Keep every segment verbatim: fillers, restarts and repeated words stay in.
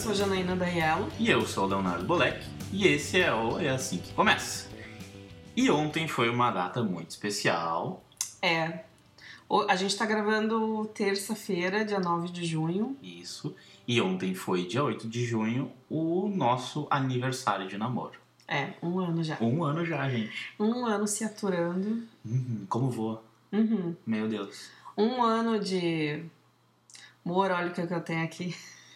sou a Janaína Daiello. E eu sou o Leonardo Bolek. E esse é o É Assim Que Começa. E ontem foi uma data muito especial. É. A gente tá gravando terça-feira, dia nove de junho. Isso. E ontem foi, dia oito de junho, o nosso aniversário de namoro. É, um ano já. Um ano já, gente. Um ano se aturando. Uhum, como voa. Uhum. Meu Deus. Um ano de... Amor, olha o que eu tenho aqui.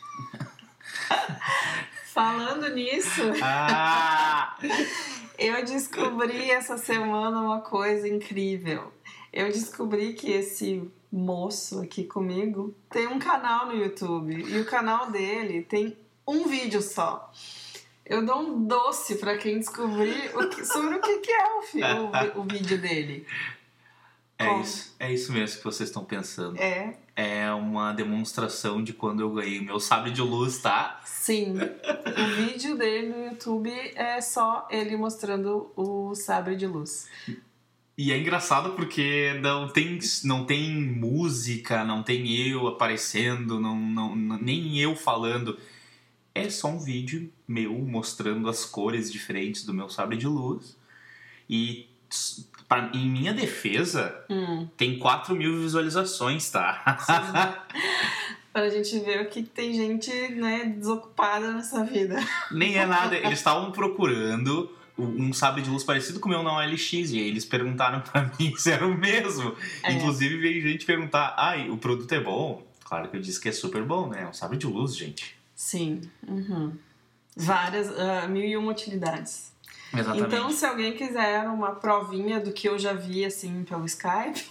Falando nisso, Ah! eu descobri essa semana uma coisa incrível. Eu descobri que esse moço aqui comigo tem um canal no YouTube. E o canal dele tem um vídeo só. Eu dou um doce pra quem descobrir o que, sobre o que, que é o, fi- o, o vídeo dele. É isso, é isso mesmo que vocês estão pensando. É. É uma demonstração de quando eu ganhei o meu sabre de luz, tá? Sim. O vídeo dele no YouTube é só ele mostrando o sabre de luz. E é engraçado porque não tem, não tem música, não tem eu aparecendo, não, não, nem eu falando. É só um vídeo meu mostrando as cores diferentes do meu sabre de luz. E pra, em minha defesa, Hum. tem quatro mil visualizações, tá? Pra gente ver o que tem gente, né, desocupada nessa vida. Nem é nada. Eles estavam procurando um sabre de luz parecido com o meu na O L X. E aí eles perguntaram pra mim se era o mesmo. É. Inclusive veio gente perguntar: ai, o produto é bom? Claro que eu disse que é super bom, né? É um sabre de luz, gente. Sim. Uhum. Várias, uh, mil e uma utilidades. Exatamente. Então, se alguém quiser uma provinha do que eu já vi, assim, pelo Skype...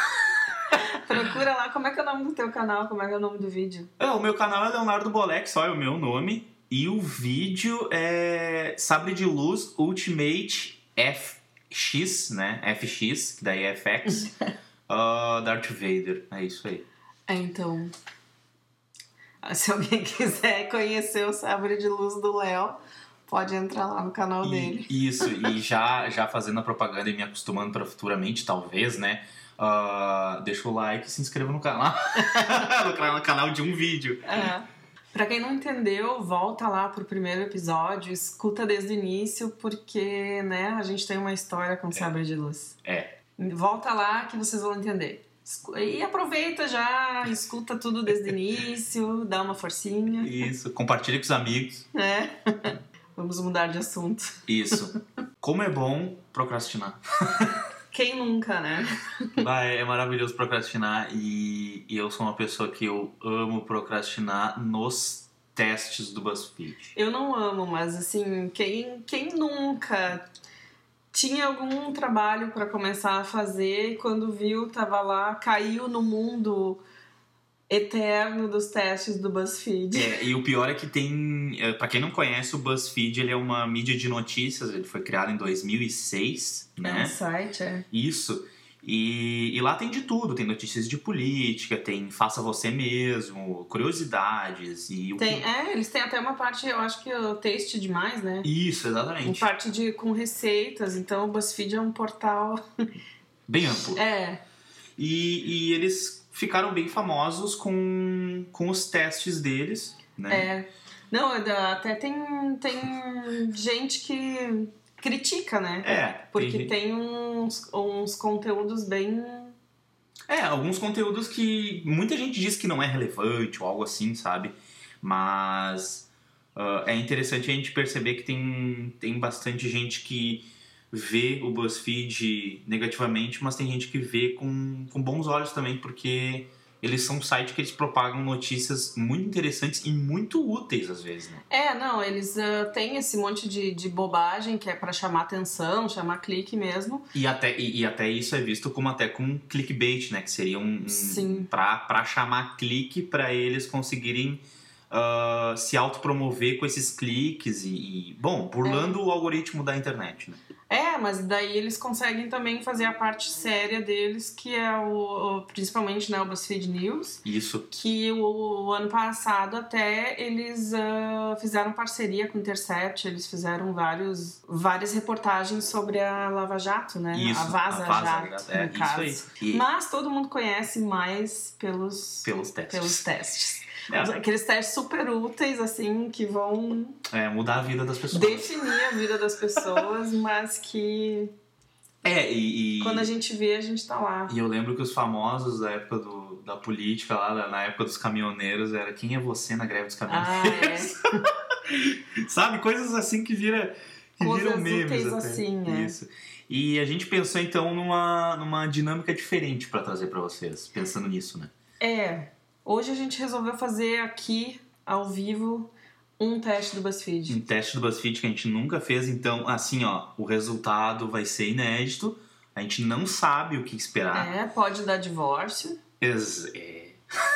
Procura lá, como é que é o nome do teu canal, como é que é o nome do vídeo? É, o meu canal é Leonardo Bolek, só é o meu nome. E o vídeo é Sabre de Luz Ultimate F X, né? F X, que daí é F X. uh, Darth Vader, é isso aí. É, então... Se alguém quiser conhecer o sabre de luz do Léo, pode entrar lá no canal E, dele. Isso, e já, já fazendo a propaganda e me acostumando para futuramente, talvez, né? Uh, deixa o like e se inscreva no canal. no canal de um vídeo. É. Pra quem não entendeu, volta lá pro primeiro episódio, escuta desde o início, porque, né, a gente tem uma história com sabre é. de luz. É. Volta lá que vocês vão entender. E aproveita já, escuta tudo desde o início, dá uma forcinha. Isso, compartilha com os amigos. É. Vamos mudar de assunto. Isso. Como é bom procrastinar. Quem nunca, né? Vai, é maravilhoso procrastinar e, e eu sou uma pessoa que eu amo procrastinar nos testes do BuzzFeed. Eu não amo, mas assim, quem, quem nunca tinha algum trabalho para começar a fazer e quando viu, tava lá, caiu no mundo eterno dos testes do BuzzFeed. É, e o pior é que tem... É, pra quem não conhece, o BuzzFeed ele é uma mídia de notícias, ele foi criado em dois mil e seis, né? É um site, é. Isso. E, e lá tem de tudo, tem notícias de política, tem faça você mesmo, curiosidades e... O Tem, que... É, eles têm até uma parte, eu acho que o Taste demais, né? Isso, exatamente. Uma parte de, com receitas, então o BuzzFeed é um portal... Bem amplo. É. E, e eles ficaram bem famosos com, com os testes deles, né? É. Não, até tem, tem gente que critica, né? É. Porque tem, tem uns, uns conteúdos bem... É, alguns conteúdos que muita gente diz que não é relevante ou algo assim, sabe? Mas uh, é interessante a gente perceber que tem, tem bastante gente que vê o BuzzFeed negativamente, mas tem gente que vê com, com bons olhos também, porque eles são um site que eles propagam notícias muito interessantes e muito úteis às vezes, né? É, não, eles uh, têm esse monte de, de bobagem que é pra chamar atenção, chamar clique mesmo. E até, e, e até isso é visto como até com clickbait, né? Que seria um... um Sim. pra, pra chamar clique pra eles conseguirem uh, se autopromover com esses cliques e, e bom, burlando é. o algoritmo da internet, né? É, mas daí eles conseguem também fazer a parte séria deles, que é o, o principalmente, né, o BuzzFeed News. Isso. Que o, o ano passado até eles uh, fizeram parceria com o Intercept, eles fizeram vários, várias reportagens sobre a Lava Jato, né? Isso, a Vaza, a Vaza Jato, é, no caso. Isso aí. E... Mas todo mundo conhece mais pelos, pelos testes. Pelos testes. É. Aqueles testes super úteis, assim, que vão... É, mudar a vida das pessoas. Definir a vida das pessoas, mas que... É, e, e... Quando a gente vê, a gente tá lá. E eu lembro que os famosos da época do, da política, lá na época dos caminhoneiros, era quem é você na greve dos caminhoneiros? Ah, é. Sabe? Coisas assim que, vira, que Coisas viram memes úteis até. assim, é. Isso. E a gente pensou, então, numa, numa dinâmica diferente pra trazer pra vocês, pensando nisso, né? É. Hoje a gente resolveu fazer aqui, ao vivo, um teste do BuzzFeed. Um teste do BuzzFeed que a gente nunca fez, então, assim, ó, o resultado vai ser inédito, a gente não sabe o que esperar. É, pode dar divórcio. Ex- é.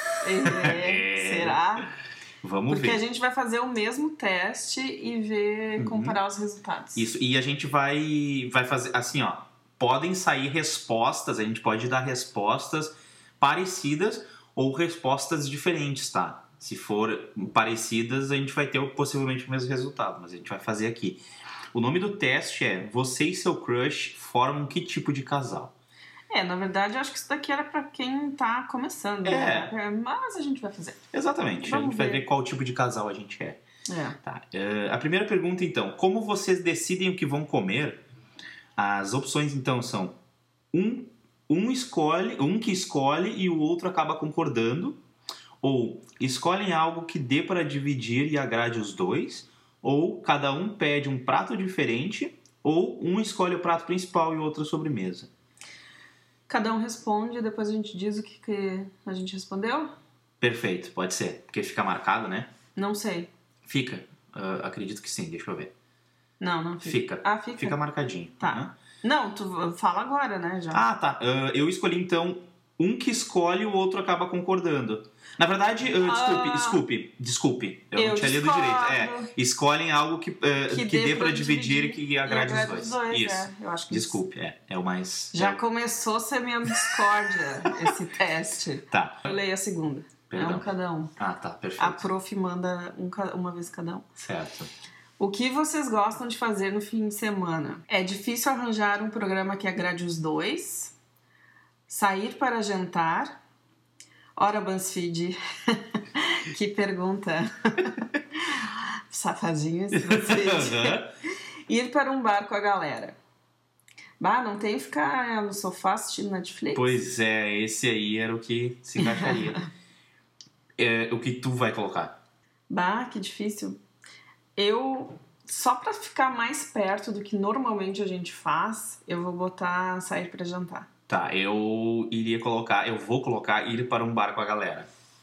É, será? Vamos Porque ver. a gente vai fazer o mesmo teste e ver, Uhum. comparar os resultados. Isso, e a gente vai, vai fazer, assim, ó, podem sair respostas, a gente pode dar respostas parecidas ou respostas diferentes, tá? Se for parecidas, a gente vai ter possivelmente o mesmo resultado, mas a gente vai fazer aqui. O nome do teste é Você e seu crush formam que tipo de casal? É, na verdade, eu acho que isso daqui era pra quem tá começando, É. né? Mas a gente vai fazer. Exatamente, Vamos a gente vai ver. ver qual tipo de casal a gente é. É. Tá. Uh, a primeira pergunta, então. Como vocês decidem o que vão comer? As opções, então, são um, um, escolhe, um que escolhe e o outro acaba concordando. Ou escolhem algo que dê para dividir e agrade os dois. Ou cada um pede um prato diferente. Ou um escolhe o prato principal e o outro a sobremesa. Cada um responde e depois a gente diz o que, que a gente respondeu? Perfeito, pode ser. Porque fica marcado, né? Não sei. Fica. Uh, acredito que sim, deixa eu ver. Não, não fica. Fica. Ah, fica? Fica marcadinho. Tá. Né? Não, tu fala agora, né? Já. Ah, tá. Uh, eu escolhi, então, um que escolhe e o outro acaba concordando. Na verdade, uh, desculpe, Ah, desculpe, desculpe. Eu, eu não tinha lido discordo. direito. É, escolhem algo que, uh, que, Que dê pra dividir e que agrade os dois. os dois. Isso. É, eu acho que Desculpe, é, é o mais... Já é... começou semeando discórdia esse teste. Tá. Eu leio a segunda. Perdão. É um cada um. Ah, tá, perfeito. A prof manda um, ca- uma vez cada um. Certo. O que vocês gostam de fazer no fim de semana? É difícil arranjar um programa que agrade os dois? Sair para jantar? Ora, BuzzFeed, que pergunta. Safadinho esse BuzzFeed. Uhum. Ir para um bar com a galera. Bah, não tem que ficar no sofá assistindo Netflix? Pois é, esse aí era o que se encaixaria. É, o que tu vai colocar? Bah, que difícil. Eu, só pra ficar mais perto do que normalmente a gente faz, eu vou botar sair pra jantar. Tá, eu iria colocar, eu vou colocar ir para um bar com a galera.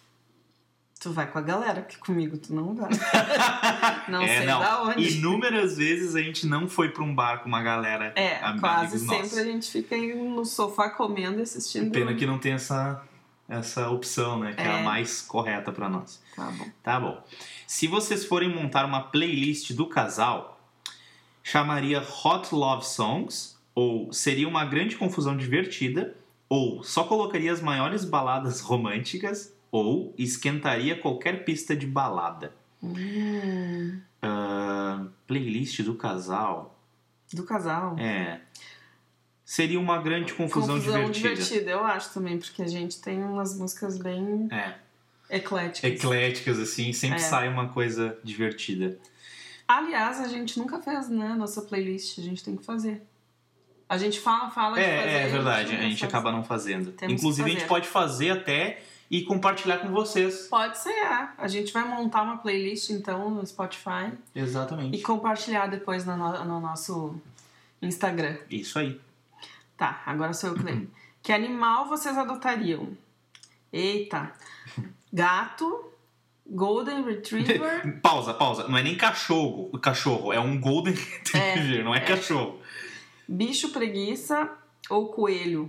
Tu vai com a galera, porque comigo tu não vai. Não é, sei não. da onde. Inúmeras vezes a gente não foi para um bar com uma galera. É, am- quase amigos sempre nossos. a gente fica no sofá comendo e assistindo. Pena que não tem essa, essa opção, né? Que é, É. a mais correta para nós. Tá bom. Tá bom. Se vocês forem montar uma playlist do casal, chamaria Hot Love Songs, ou seria uma grande confusão divertida, ou só colocaria as maiores baladas românticas, ou esquentaria qualquer pista de balada. Hum, Ah, playlist do casal. do casal. É. Seria uma grande confusão, divertida. eu acho também, porque a gente tem umas músicas bem É. ecléticas. Ecléticas, assim, sempre É. sai uma coisa divertida. Aliás, a gente nunca fez, né, nossa playlist, a gente tem que fazer. A gente fala, fala de fazer. É, é verdade, a nunca gente faz. acaba não fazendo. Temos que Inclusive, a gente fazer. pode fazer até e compartilhar com vocês. Pode ser, é. A gente vai montar uma playlist, então, no Spotify Exatamente. e compartilhar depois no, no- no nosso Instagram. Isso aí. Tá, agora sou eu que leio. Que animal vocês adotariam? Eita. Gato, Golden Retriever... Pausa, pausa. Não é nem cachorro, o cachorro, é um Golden Retriever, não é, cachorro. bicho preguiça ou coelho?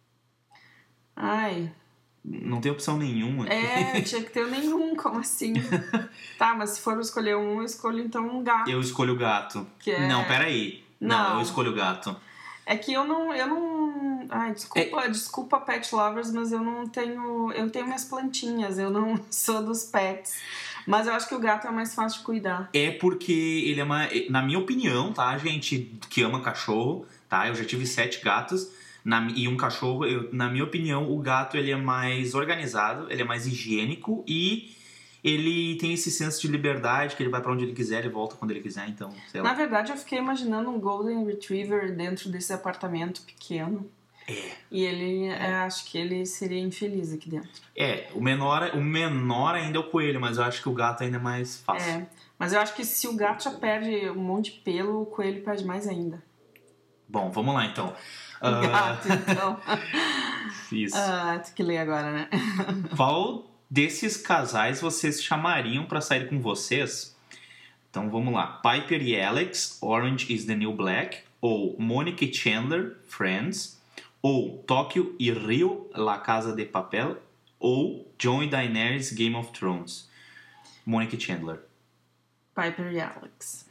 Ai, Não tem opção nenhuma. é, tinha que ter nenhum, como assim? Tá, mas se for pra escolher um, eu escolho então um gato. Eu escolho o gato. Que é- Não, peraí. Não, Não. eu escolho o gato. É que eu não, eu não... Ai, desculpa, desculpa pet lovers, mas eu não tenho... Eu tenho minhas plantinhas, eu não sou dos pets. Mas eu acho que o gato é mais fácil de cuidar. É porque ele é uma... Na minha opinião, tá, gente que ama cachorro, tá? Eu já tive sete gatos na, e um cachorro. Eu, na minha opinião, o gato ele é mais organizado, ele é mais higiênico e ele tem esse senso de liberdade, que ele vai pra onde ele quiser, ele volta quando ele quiser, então, sei lá. Na verdade, eu fiquei imaginando um Golden Retriever dentro desse apartamento pequeno. É. E ele, é, acho que ele seria infeliz aqui dentro. É, o menor, o menor ainda é o coelho, mas eu acho que o gato ainda é mais fácil. É, mas eu acho que se o gato já perde um monte de pelo, o coelho perde mais ainda. Bom, vamos lá então. O uh... gato, então. Isso. Ah, tem que ler agora, né? Qual desses casais vocês chamariam pra sair com vocês? Então vamos lá. Piper e Alex, Orange is the New Black. Ou Monica e Chandler, Friends. Ou Tóquio e Rio, La Casa de Papel. Ou Jon e Daenerys, Game of Thrones. Monica e Chandler. Piper e Alex.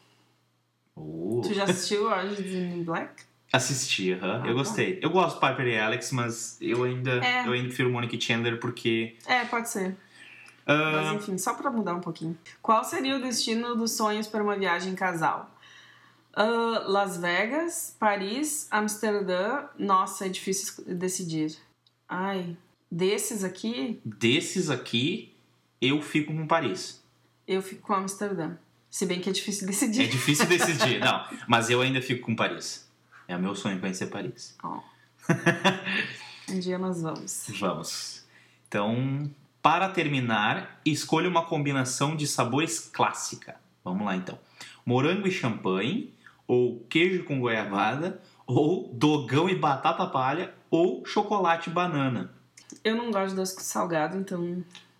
Oh. Tu já assistiu Orange is the New Black? Assisti, uh-huh. ah, eu gostei. Tá. Eu gosto de Piper e Alex, mas eu ainda, é. eu ainda prefiro Monica e Chandler porque... É, pode ser. Uh... Mas enfim, só pra mudar um pouquinho. Qual seria o destino dos sonhos para uma viagem em casal? Uh, Las Vegas, Paris, Amsterdã... Nossa, é difícil decidir. Ai, desses aqui... Desses aqui, eu fico com Paris. Eu fico com Amsterdã. Se bem que é difícil decidir. É difícil decidir, não. Mas eu ainda fico com Paris. É o meu sonho conhecer Paris. Oh. Um dia nós vamos. Vamos. Então, para terminar, escolha uma combinação de sabores clássica. Vamos lá, então. Morango e champanhe, ou queijo com goiabada, ou dogão e batata palha, ou chocolate e banana. Eu não gosto de doce salgado, então...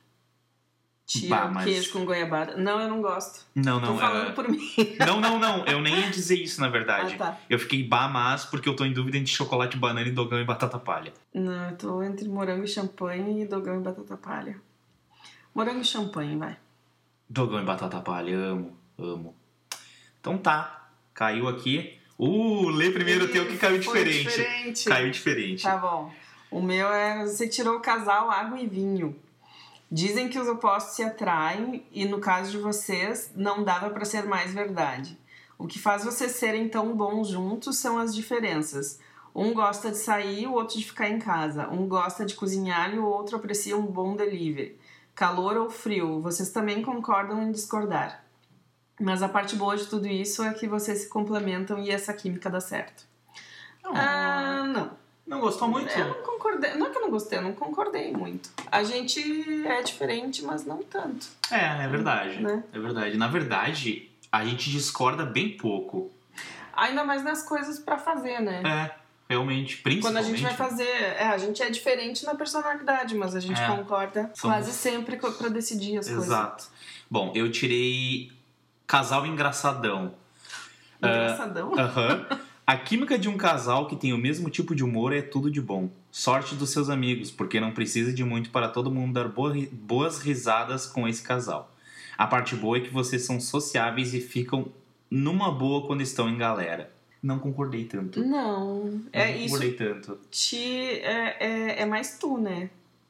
Tira bah, mas... queijo com goiabada. Não, eu não gosto. Não, não. Tô falando é... por mim. Não, não, não. Eu nem ia dizer isso, na verdade. Ah, tá. Eu fiquei bah, mas porque eu tô em dúvida entre chocolate, banana e dogão e batata palha. Não, eu tô entre morango e champanhe e dogão e batata palha. Morango e champanhe, vai. Dogão e batata palha, amo, amo. Então tá. Caiu aqui. Uh, lê primeiro o teu que caiu diferente. diferente. Caiu diferente. Tá bom. O meu é... Você tirou o casal água e vinho. Dizem que os opostos se atraem e, no caso de vocês, não dava para ser mais verdade. O que faz vocês serem tão bons juntos são as diferenças. Um gosta de sair, o outro de ficar em casa. Um gosta de cozinhar e o outro aprecia um bom delivery. Calor ou frio, vocês também concordam em discordar. Mas a parte boa de tudo isso é que vocês se complementam e essa química dá certo. Não. Ah, não. Não gostou muito? Eu não concordei. Não é que eu não gostei, eu não concordei muito. A gente é diferente, mas não tanto. É, é verdade. Né? É verdade. Na verdade, a gente discorda bem pouco. Ainda mais nas coisas pra fazer, né? É, realmente. Principalmente. Quando a gente vai fazer... É, a gente é diferente na personalidade, mas a gente é. concorda Somos... quase sempre pra decidir as Exato. coisas. Exato. Bom, eu tirei casal engraçadão. Engraçadão? Aham. Uh, uh-huh. A química de um casal que tem o mesmo tipo de humor é tudo de bom. Sorte dos seus amigos, porque não precisa de muito para todo mundo dar boas risadas com esse casal. A parte boa é que vocês são sociáveis e ficam numa boa quando estão em galera. Não concordei tanto. Não. Não é concordei isso tanto. Te, é, é, é mais tu, né?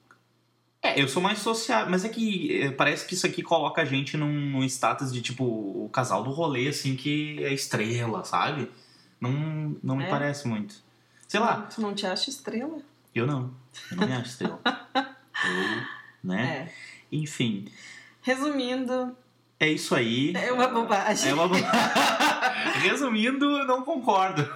É, eu sou mais sociável, mas é que é, parece que isso aqui coloca a gente num, num status de tipo o casal do rolê, assim, que é estrela, sabe? Não, não me é? parece muito. Sei lá. Tu não te acha estrela? Eu não. Eu não me acho estrela. eu, né? É. Enfim. Resumindo... É isso aí. É uma bobagem. É uma bobagem. Resumindo, não concordo.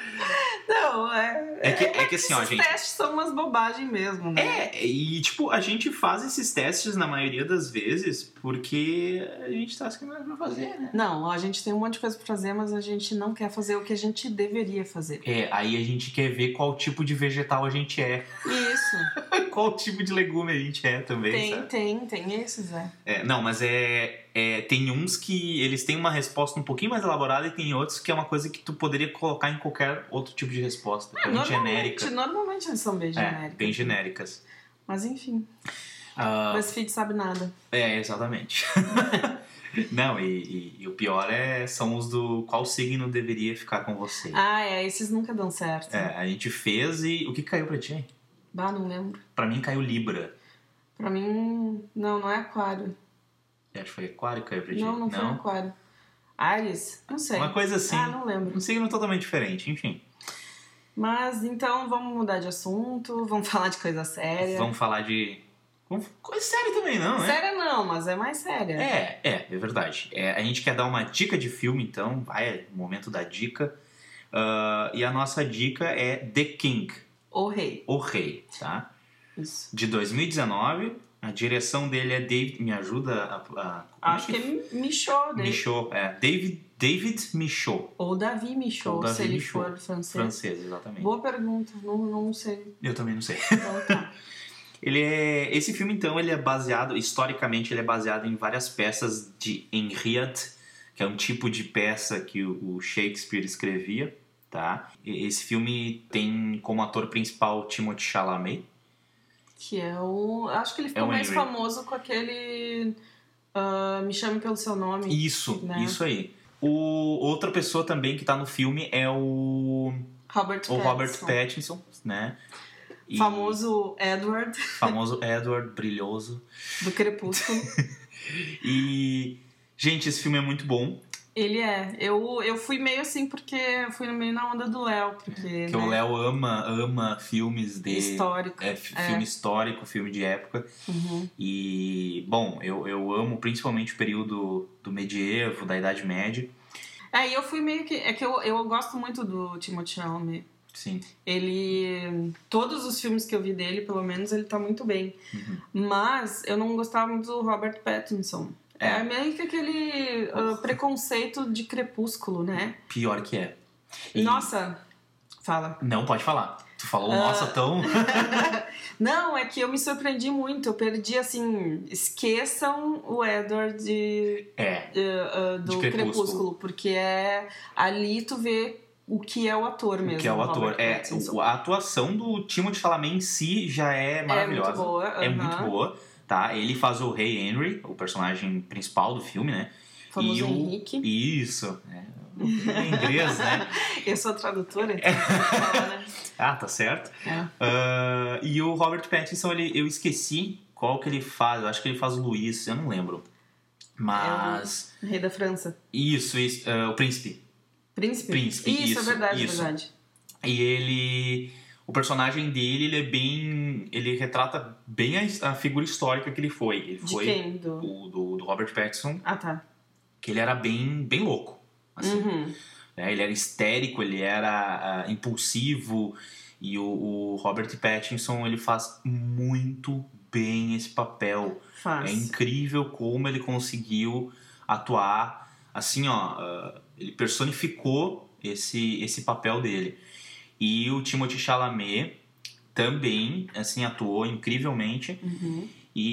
Não, é... É que, é que assim, ó, esses gente... Esses testes são umas bobagens mesmo, né? É, e tipo, a gente faz esses testes na maioria das vezes porque a gente tá se querendo pra fazer, né? Não, a gente tem um monte de coisa pra fazer, mas a gente não quer fazer o que a gente deveria fazer. É, aí a gente quer ver qual tipo de vegetal a gente é. Isso. Qual tipo de legume a gente é também, tem, sabe? Tem, tem esses, é. é. Não, mas é, é... Tem uns que eles têm uma resposta um pouquinho mais elaborada e tem outros que é uma coisa que tu poderia colocar em qualquer outro tipo de resposta. É, é normalmente, genérica. Normalmente eles são bem genéricas. É, bem genéricas. Mas enfim. Uh, BuzzFeed sabe nada. É, exatamente. Não, e, e, e o pior é, são os do qual signo deveria ficar com você. Ah, é, esses nunca dão certo. É, a gente fez e... O que caiu pra ti? Bah, não lembro. Pra mim caiu Libra. Pra mim, não, não é Aquário. Eu acho que foi Aquário que caiu pra ti. Não, não, não foi Aquário. Ares? Não sei. Uma coisa assim. Ah, não lembro. Um signo totalmente diferente, enfim. Mas, então, vamos mudar de assunto, vamos falar de coisa séria. Vamos falar de Coisa séria também, não, né? Séria não, mas é mais séria. É, é, é verdade. É, a gente quer dar uma dica de filme, então, vai, é o momento da dica. Uh, e a nossa dica é The King. O Rei. O Rei, tá? Isso. De dois mil e dezenove. A direção dele é David... Me ajuda a... a Acho que é Michaud. Né? Michaud, é. David, David Michaud. Ou David Michaud, Ou David se ele Michaud. for francês. Francês, exatamente. Boa pergunta, não, não sei. Eu também não sei. Então tá. Ele é, esse filme, então, ele é baseado, historicamente, ele é baseado em várias peças de Henriade, que é um tipo de peça que o Shakespeare escrevia, tá? Esse filme tem como ator principal Timothée Chalamet. Que é o... Acho que ele ficou é mais Henry. famoso com aquele... Uh, Me Chame Pelo Seu Nome. Isso, né? isso aí. O, outra pessoa também que tá no filme é o... Robert o Pattinson. Robert Pattinson, né? E famoso Edward. Famoso Edward, brilhoso. Do Crepúsculo. E, gente, esse filme é muito bom. Ele é. Eu, eu fui meio assim porque fui meio na onda do Léo. Porque, porque né? o Léo ama, ama filmes de... Histórico. É, filme é. histórico, filme de época. Uhum. E, bom, eu, eu amo principalmente o período do medievo, da Idade Média. É, e eu fui meio que... É que eu, eu gosto muito do Timothée Chalamet. Sim. Ele... Todos os filmes que eu vi dele, pelo menos, ele tá muito bem. Uhum. Mas eu não gostava muito do Robert Pattinson. É, é meio que aquele uh, preconceito de Crepúsculo, né? Pior que é. E... Nossa, fala. Não, pode falar. Tu falou, uh... nossa, tão... Não, é que eu me surpreendi muito. Eu perdi, assim... Esqueçam o Edward de, é, uh, uh, do de Crepúsculo. Crepúsculo. Porque é... Ali tu vê o que é o ator mesmo. O que é o ator. É, o, a atuação do Timothée Chalamet em si já é maravilhosa. É muito boa. É uh-huh. muito boa. Tá? Ele faz o Rei Henry, o personagem principal do filme, né? O famoso e o... Henrique. Isso. É, em inglês, né? Eu sou tradutora, então fala, né? Ah, tá certo. É. Uh, e o Robert Pattinson, ele, eu esqueci qual que ele faz. Eu acho que ele faz o Luís, eu não lembro. Mas... É o Rei da França. Isso, isso uh, o Príncipe. Príncipe? Príncipe, isso. Isso, é verdade, isso. é verdade. E ele... O personagem dele, ele é bem... Ele retrata bem a, a figura histórica que ele foi. Ele De foi quem? Do... O, do, do Robert Pattinson. Ah, tá. Que ele era bem, bem louco. Assim, uhum. né? Ele era histérico, ele era uh, impulsivo. E o, o Robert Pattinson, ele faz muito bem esse papel. Faz. É incrível como ele conseguiu atuar. Assim, ó... Uh, ele personificou esse, esse papel dele. E o Timothée Chalamet também, assim, atuou incrivelmente. Uhum.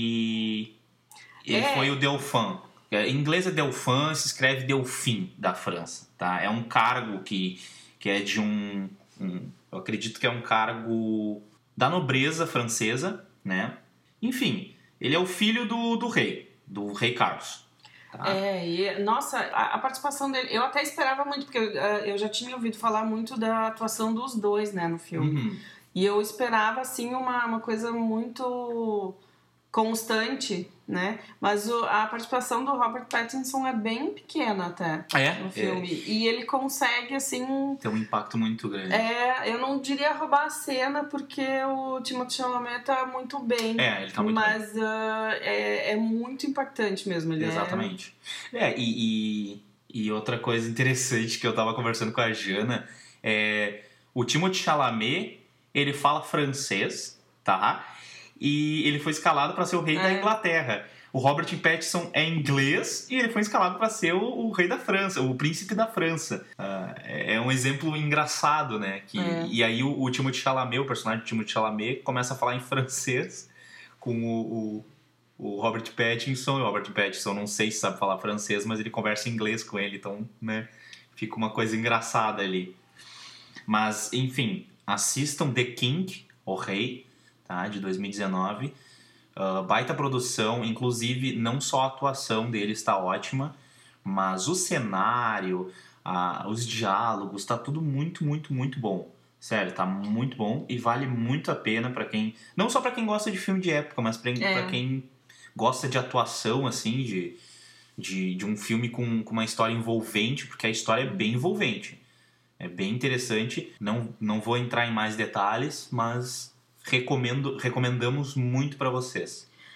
E ele é. foi o Dauphin. Em inglês é Dauphin, se escreve Delfim, da França, tá? É um cargo que, que é de um, um... Eu acredito que é um cargo da nobreza francesa, né? Enfim, ele é o filho do, do rei, do rei Carlos. Tá? É, e, nossa, a, a participação dele, eu até esperava muito, porque eu, eu já tinha ouvido falar muito da atuação dos dois, né, no filme. Uhum. E eu esperava, assim, uma, uma coisa muito constante, né? Mas o, a participação do Robert Pattinson é bem pequena até é, no filme. É. E ele consegue, assim... Tem um impacto muito grande. É, eu não diria roubar a cena, porque o Timothée Chalamet tá muito bem. É, ele tá muito mas, bem. Mas uh, é, é muito impactante mesmo. Ele Exatamente. É, é e, e, e outra coisa interessante que eu tava conversando com a Jana é... O Timothée Chalamet, ele fala francês, tá? E ele foi escalado para ser o rei é. da Inglaterra. O Robert Pattinson é inglês e ele foi escalado para ser o, o rei da França, o príncipe da França. Uh, é um exemplo engraçado, né? Que, é. E aí o, o Timothée Chalamet, o personagem do Timothée Chalamet, começa a falar em francês com o, o, o Robert Pattinson. E o Robert Pattinson, não sei se sabe falar francês, mas ele conversa em inglês com ele, então, né? Fica uma coisa engraçada ali. Mas, enfim, assistam The King, O Rei, tá? De dois mil e dezenove. Uh, baita produção, inclusive não só a atuação dele está ótima, mas o cenário, uh, os diálogos, está tudo muito, muito, muito bom. Sério, tá muito bom e vale muito a pena para quem... Não só para quem gosta de filme de época, mas para é. quem gosta de atuação, assim, de, de, de um filme com, com uma história envolvente, porque a história é bem envolvente. É bem interessante. Não, não vou entrar em mais detalhes, mas... Recomendo, recomendamos muito para vocês.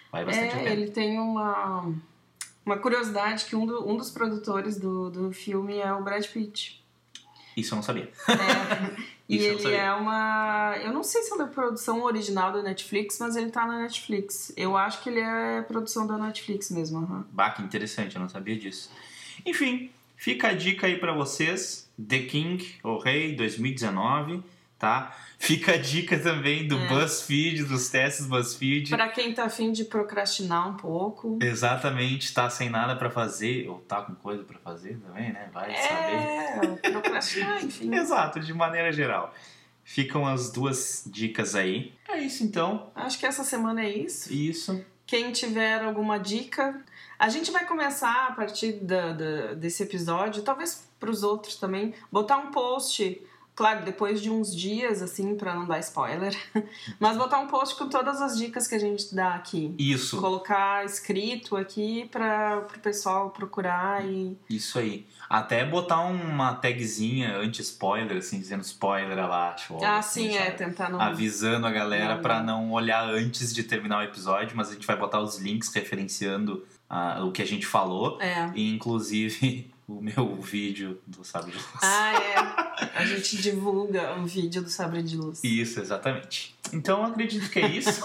Vale bastante é, a pena. Ele tem uma, uma curiosidade que um, do, um dos produtores do, do filme é o Brad Pitt. Isso eu não sabia. É, e Isso eu não ele sabia. é uma... Eu não sei se ele é produção original da Netflix, mas ele tá na Netflix. Eu acho que ele é produção da Netflix mesmo. Uhum. Bah, que interessante, eu não sabia disso. Enfim, fica a dica aí pra vocês. The King, o Rei, dois mil e dezenove, tá? Fica a dica também do É. BuzzFeed, dos testes BuzzFeed. Pra quem tá afim de procrastinar um pouco. Exatamente, tá sem nada pra fazer, ou tá com coisa pra fazer também, né? Vai saber. É, procrastinar, enfim. Exato, de maneira geral. Ficam as duas dicas aí. É isso então. Acho que essa semana é isso. Isso. Quem tiver alguma dica, a gente vai começar a partir da, da, desse episódio, talvez pros outros também, botar um post, claro, depois de uns dias, assim, pra não dar spoiler, mas botar um post com todas as dicas que a gente dá aqui. Isso. Colocar escrito aqui para pro pessoal procurar e... Isso aí. Até botar uma tagzinha anti-spoiler, assim, dizendo spoiler abaixo. ou Ah, assim, sim, é, sabe? tentar não... Avisando a galera Não, pra não. não olhar antes de terminar o episódio, mas a gente vai botar os links referenciando ah, o que a gente falou. É. E, inclusive, o meu vídeo do Sabre de Luz. Ah, é. A gente divulga um vídeo do Sabre de Luz. Isso, exatamente. Então, eu acredito que é isso.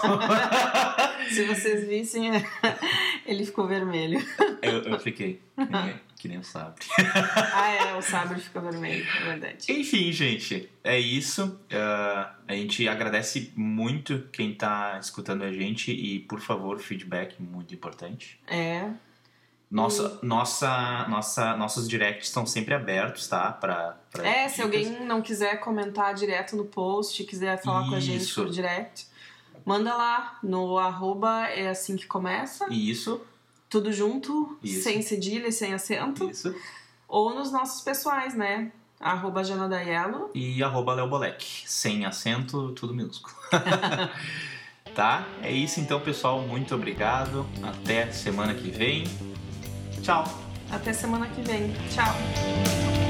Se vocês vissem, ele ficou vermelho. eu, eu fiquei que nem, que nem o Sabre. Ah, é, o Sabre ficou vermelho, é verdade. Enfim, gente, é isso. Uh, a gente agradece muito quem tá escutando a gente e, por favor, feedback muito importante. É. Nossa, nossa, nossa, nossos directs estão sempre abertos, tá? Pra, pra É, se dicas. alguém não quiser comentar direto no post, quiser falar com a gente Isso. por direct, manda lá no arroba é assim que começa, Isso, tudo junto, Isso. sem cedilha e sem acento, isso. ou nos nossos pessoais, né? Arroba Janadaiello. E arroba Leobolek. Sem acento, tudo minúsculo. Tá? É isso então, pessoal. Muito obrigado. Até semana que vem. Tchau. Até semana que vem. Tchau.